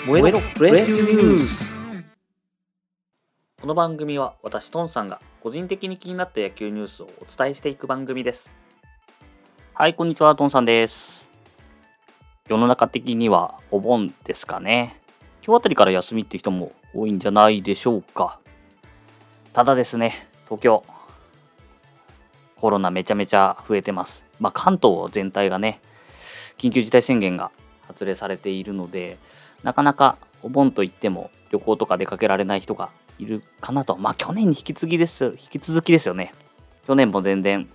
燃えろプロ野球ニュース。この番組は私トンさんが個人的に気になった野球ニュースをお伝えしていく番組です。はい、こんにちは、トンさんです。世の中的にはお盆ですかね。今日あたりから休みって人も多いんじゃないでしょうか。ただですね、東京コロナめちゃめちゃ増えてます。関東全体がね、緊急事態宣言が発令されているので、なかなかお盆といっても旅行とか出かけられない人がいるかなと。去年に引き続きですよね。去年も全然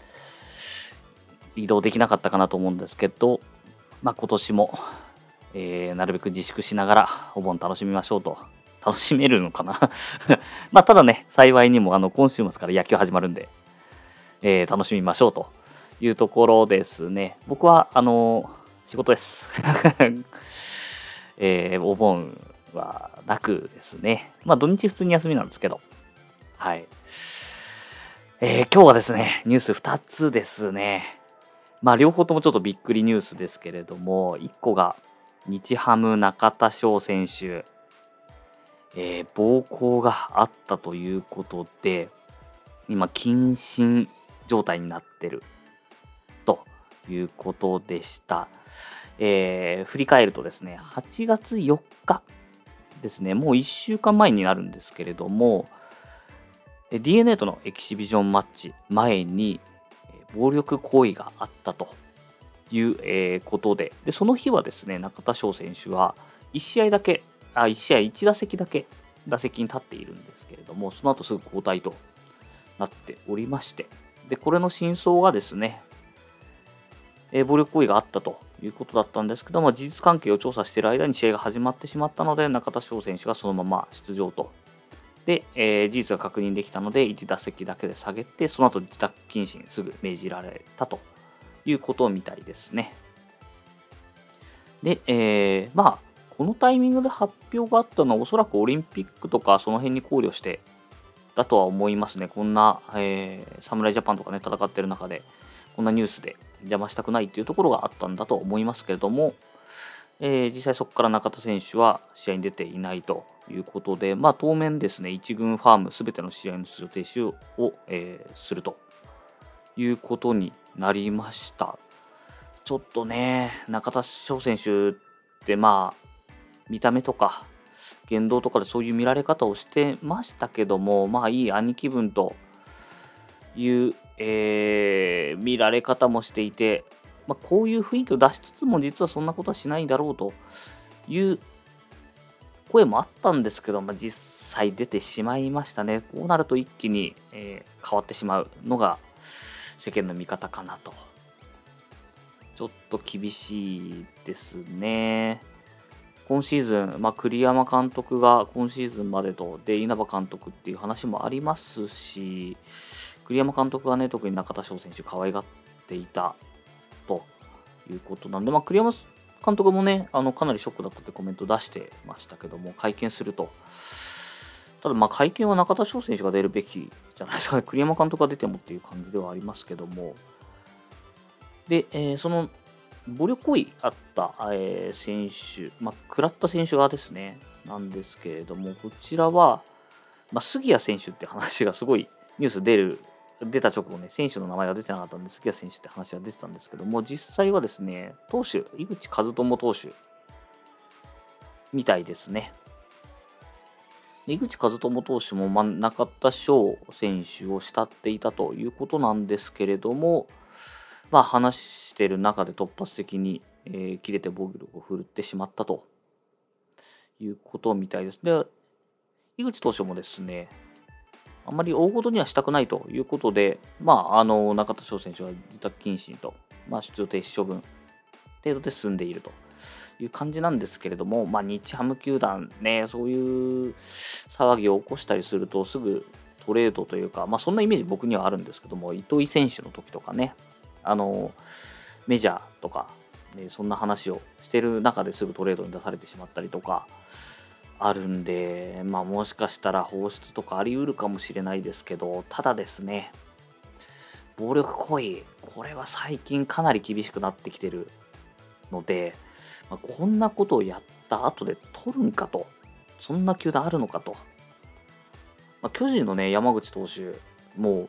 移動できなかったかなと思うんですけど、今年も、なるべく自粛しながらお盆楽しみましょうと。楽しめるのかなただね、幸いにも今週末から野球始まるんで、楽しみましょうというところですね。僕は仕事ですお盆はなくですね。土日普通に休みなんですけど。はい。今日はですね、ニュース2つですね。両方ともちょっとびっくりニュースですけれども、1個が日ハム中田翔選手、暴行があったということで、今、謹慎状態になってるということでした。振り返るとですね、8月4日ですね、もう1週間前になるんですけれども、DNA とのエキシビジョンマッチ前に暴力行為があったという、ことで、その日はですね、中田翔選手は1打席だけ打席に立っているんですけれども、その後すぐ交代となっておりまして、でこれの真相がですね、暴力行為があったということだったんですけども、事実関係を調査している間に試合が始まってしまったので、中田翔選手がそのまま出場と。で、事実が確認できたので、1打席だけで下げて、その後自宅謹慎すぐ命じられたということみたいですね。で、このタイミングで発表があったのは、おそらくオリンピックとかその辺に考慮してだとは思いますね。こんな、侍ジャパンとかね、戦ってる中で、こんなニュースで邪魔したくないというところがあったんだと思いますけれども、実際そこから中田選手は試合に出ていないということで、当面ですね、一軍ファームすべての試合の出場停止を、するということになりました。ちょっとね、中田翔選手って見た目とか言動とかでそういう見られ方をしてましたけども、いい兄貴分という、見られ方もしていて、こういう雰囲気を出しつつも実はそんなことはしないだろうという声もあったんですけど、実際出てしまいましたね。こうなると一気に、変わってしまうのが世間の見方かなと。ちょっと厳しいですね。今シーズン、栗山監督が今シーズンまでと、で、稲葉監督っていう話もありますし、栗山監督がね、特に中田翔選手可愛がっていたということなんで、栗山監督もね、かなりショックだったってコメント出してましたけども、会見すると。ただ、会見は中田翔選手が出るべきじゃないですかね。栗山監督が出てもっていう感じではありますけども。で、その暴力行為あった、選手、食らった選手側ですね、なんですけれども、こちらは、杉谷選手って話がすごいニュース出た直後ね、選手の名前が出てなかったんで、杉谷選手って話が出てたんですけども、実際はですね、投手、井口和智投手みたいですね。井口和智投手も中田翔選手を慕っていたということなんですけれども、話している中で突発的に、切れて暴力を振るってしまったということみたいです。で、井口投手もですね、あまり大事にはしたくないということで、中田翔選手は自宅謹慎と、出場停止処分程度で済んでいるという感じなんですけれども、日ハム球団ね、そういう騒ぎを起こしたりすると、すぐトレードというか、そんなイメージ僕にはあるんですけども、糸井選手の時とかね、メジャーとか、そんな話をしてる中ですぐトレードに出されてしまったりとかあるんで、もしかしたら放出とかあり得るかもしれないですけど、ただですね、暴力行為、これは最近かなり厳しくなってきてるので、 こんなことをやった後で取るんかと、そんな球団あるのかと。巨人のね、山口投手も、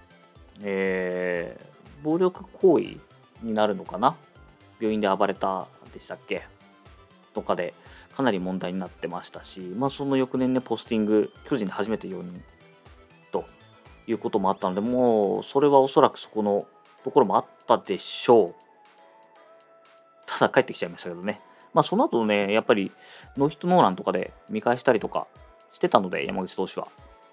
暴力行為になるのかな、病院で暴れたでしたっけとかでかなり問題になってましたし、その翌年ね、ポスティング、巨人に初めて容認ということもあったので、もうそれはおそらくそこのところもあったでしょう。ただ帰ってきちゃいましたけどね。その後ね、やっぱりノーヒットノーランとかで見返したりとかしてたので、山口投手は。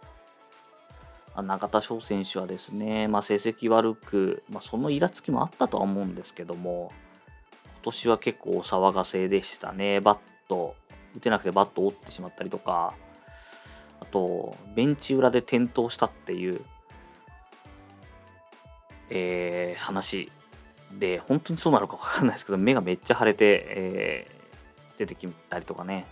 中田翔選手はですね、成績悪く、そのイラつきもあったとは思うんですけども、今年は結構お騒がせでしたね。バット、打てなくてバットを折ってしまったりとか、あと、ベンチ裏で転倒したっていう、話で、本当にそうなのかわかんないですけど、目がめっちゃ腫れて、出てきたりとかね。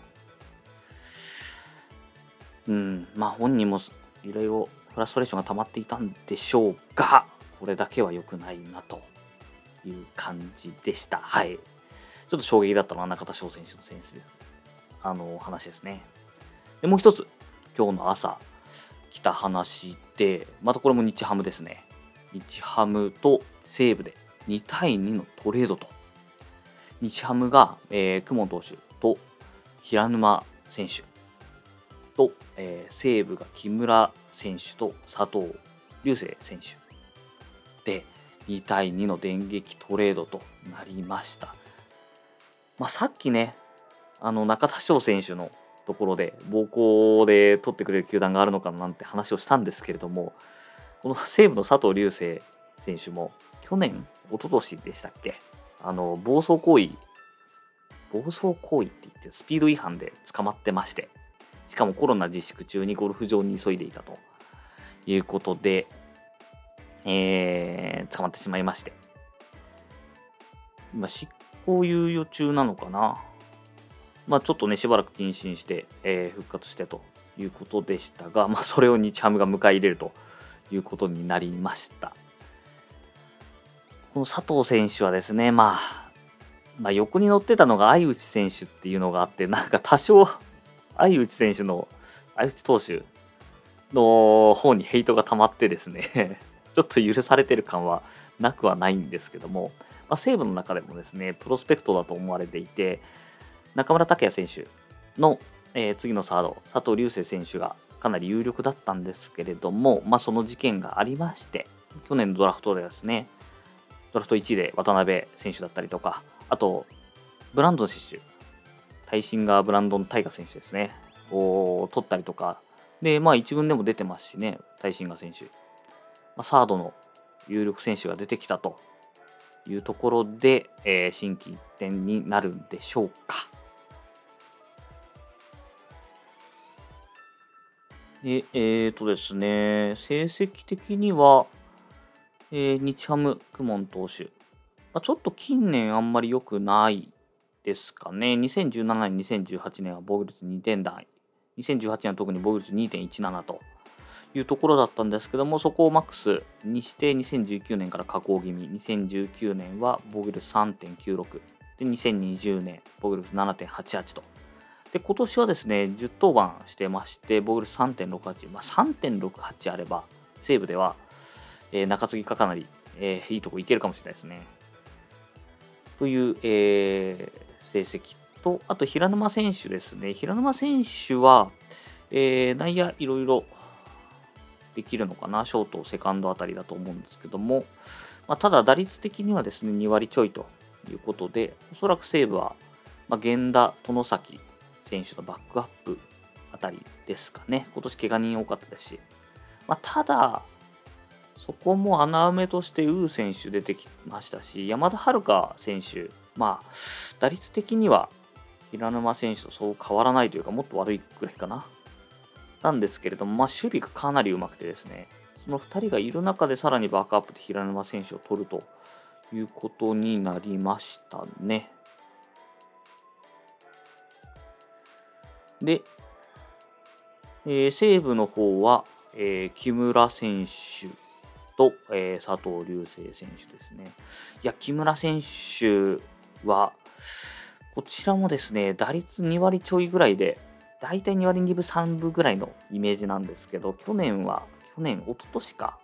本人もいろいろフラストレーションが溜まっていたんでしょうが、これだけは良くないなという感じでした。はい。ちょっと衝撃だったのは中田翔選手の話ですね。で、もう一つ、今日の朝来た話で、またこれも日ハムですね。日ハムと西武で2対2のトレードと。日ハムが、公文投手と平沼選手と、西武が木村選手と佐藤龍世選手で2対2の電撃トレードとなりました。さっきね、中田翔選手のところで暴行で取ってくれる球団があるのかなんて話をしたんですけれども、この西武の佐藤龍世選手も去年、一昨年でしたっけ、暴走行為って言ってスピード違反で捕まってまして、しかもコロナ自粛中にゴルフ場に急いでいたということで、捕まってしまいまして、今執行猶予中なのかな。ちょっとね、しばらく謹慎して、復活してということでしたが、それを日ハムが迎え入れるということになりました。この佐藤選手はですね、横に乗ってたのが相内選手っていうのがあって、なんか多少相内投手の方にヘイトが溜まってですねちょっと許されてる感はなくはないんですけども、西武の中でもですね、プロスペクトだと思われていて、中村剛也選手の、次のサード、佐藤龍世選手がかなり有力だったんですけれども、その事件がありまして、去年のドラフトでですね、ドラフト1位で渡辺選手だったりとか、あと、ブランドン選手、タイシンガー・ブランドン・タイガ選手ですね、を取ったりとか、で、1軍でも出てますしね、タイシンガー選手。サードの有力選手が出てきたというところで、心機一転になるんでしょうか。で、ですね、成績的には、日ハム、公文投手。ちょっと近年あんまり良くないですかね。2017年、2018年は防御率2点台。2018年は特に防御率 2.17 というところだったんですけども、そこをマックスにして2019年から下降気味。2019年は防御率 3.96。で、2020年防御率 7.88 と。で、今年はですね、10登板してまして、防御率 3.68。3.68 あれば、西武では、中継ぎかなり、いいとこいけるかもしれないですね。という、成績と、あと平沼選手ですね。平沼選手は、内野いろいろできるのかな。ショート、セカンドあたりだと思うんですけども、ただ打率的にはですね、2割ちょいということで、おそらく西武は、源田、外崎選手のバックアップあたりですかね。今年怪我人多かったですし、ただ、そこも穴埋めとしてウー選手出てきましたし、山田遥選手、打率的には平沼選手とそう変わらないというか、もっと悪いくらいかな。なんですけれども、守備がかなりうまくてですね、その2人がいる中でさらにバックアップで平沼選手を取るということになりましたね。で、西武の方は、木村選手と、佐藤龍世選手ですね。いや、木村選手は、 こちらもですね、打率2割ちょいぐらいで、だいたい2割2分3分ぐらいのイメージなんですけど、一昨年か、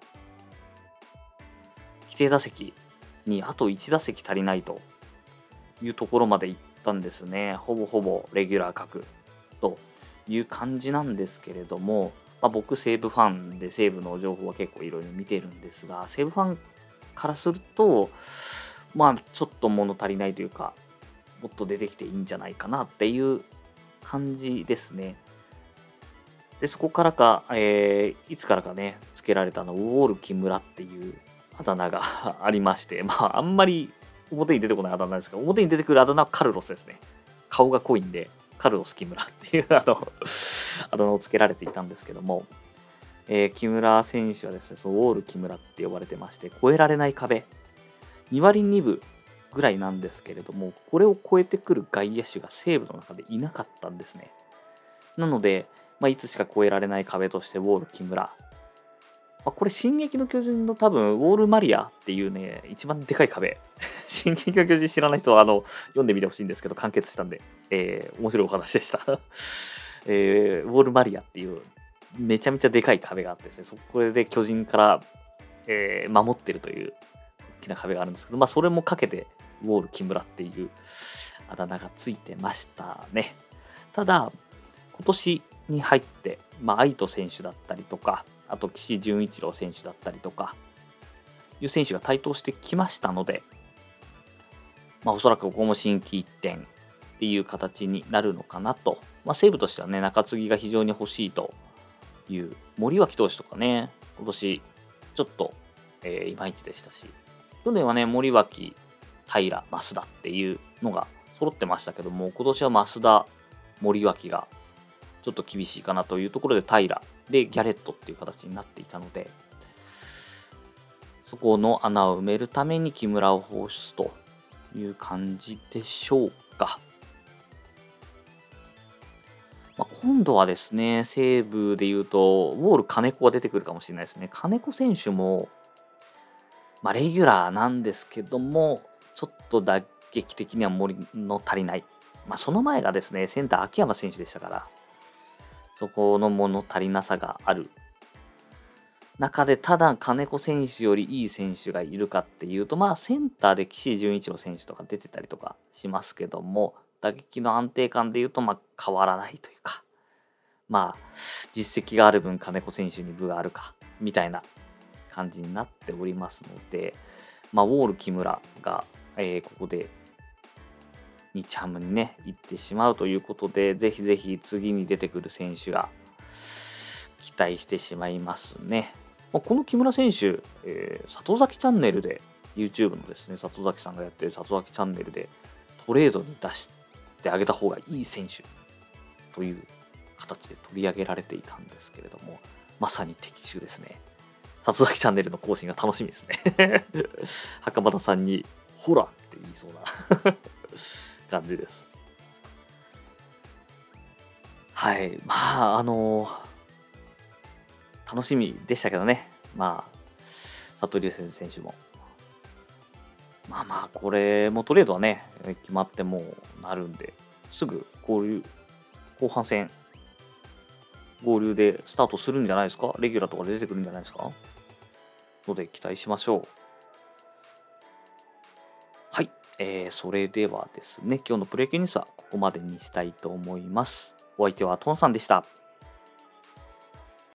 規定打席にあと1打席足りないというところまで行ったんですね。ほぼほぼレギュラー格という感じなんですけれども、僕西武ファンで西武の情報は結構いろいろ見てるんですが、西武ファンからすると、ちょっと物足りないというか、もっと出てきていいんじゃないかなっていう感じですね。で、そこからか、いつからかね、つけられたウォール木村っていうあだ名がありまして、あんまり表に出てこないあだ名ですが、表に出てくるあだ名はカルロスですね。顔が濃いんで、カルロス木村っていうあだ名をつけられていたんですけども、木村選手はですね、そのウォール木村って呼ばれてまして、越えられない壁、2割2分ぐらいなんですけれども、これを超えてくる外野手が西武の中でいなかったんですね。なので、いつしか越えられない壁としてウォール木村。これ、進撃の巨人の多分、ウォールマリアっていうね、一番でかい壁。進撃の巨人知らない人は、読んでみてほしいんですけど、完結したんで、面白いお話でした。ウォールマリアっていう、めちゃめちゃでかい壁があってですね、そこで巨人から、守ってるという大きな壁があるんですけど、それもかけて、ウォール木村っていうあだ名がついてましたね。ただ、今年に入って、愛斗選手だったりとか、あと岸潤一郎選手だったりとか、いう選手が台頭してきましたので、おそらくここも心機一転っていう形になるのかなと。西武としてはね、中継ぎが非常に欲しいという森脇投手とかね、今年ちょっと、いまいちでしたし、去年はね、森脇、平、増田っていうのが揃ってましたけども、今年は増田、森脇がちょっと厳しいかなというところで平でギャレットっていう形になっていたので、そこの穴を埋めるために木村を放出という感じでしょうか。今度はですね、西武でいうと、ウォール金子が出てくるかもしれないですね。金子選手も、レギュラーなんですけども、ちょっと打撃的には森の足りない。その前がですね、センター秋山選手でしたから、そこの物足りなさがある中で、ただ金子選手よりいい選手がいるかっていうと、センターで岸潤一郎選手とか出てたりとかしますけども、打撃の安定感でいうと、変わらないというか、実績がある分金子選手に分があるか、みたいな感じになっておりますので、ウォール木村が、ここで日ハムにね、行ってしまうということで、ぜひぜひ次に出てくる選手が期待してしまいますね。この木村選手、里崎チャンネルで、YouTube のですね、里崎さんがやってる里崎チャンネルでトレードに出してあげた方がいい選手という形で取り上げられていたんですけれども、まさに的中ですね。里崎チャンネルの更新が楽しみですね。袴田さんに、ほらって言いそうな感じです。はい。楽しみでしたけどね。佐藤隆選手も。これもトレードはね、決まってもうなるんで、すぐ合流、後半戦、合流でスタートするんじゃないですか。レギュラーとか出てくるんじゃないですか。ので期待しましょう。はい。それではですね、今日のプロ野球ニュースはここまでにしたいと思います。お相手はトンさんでした。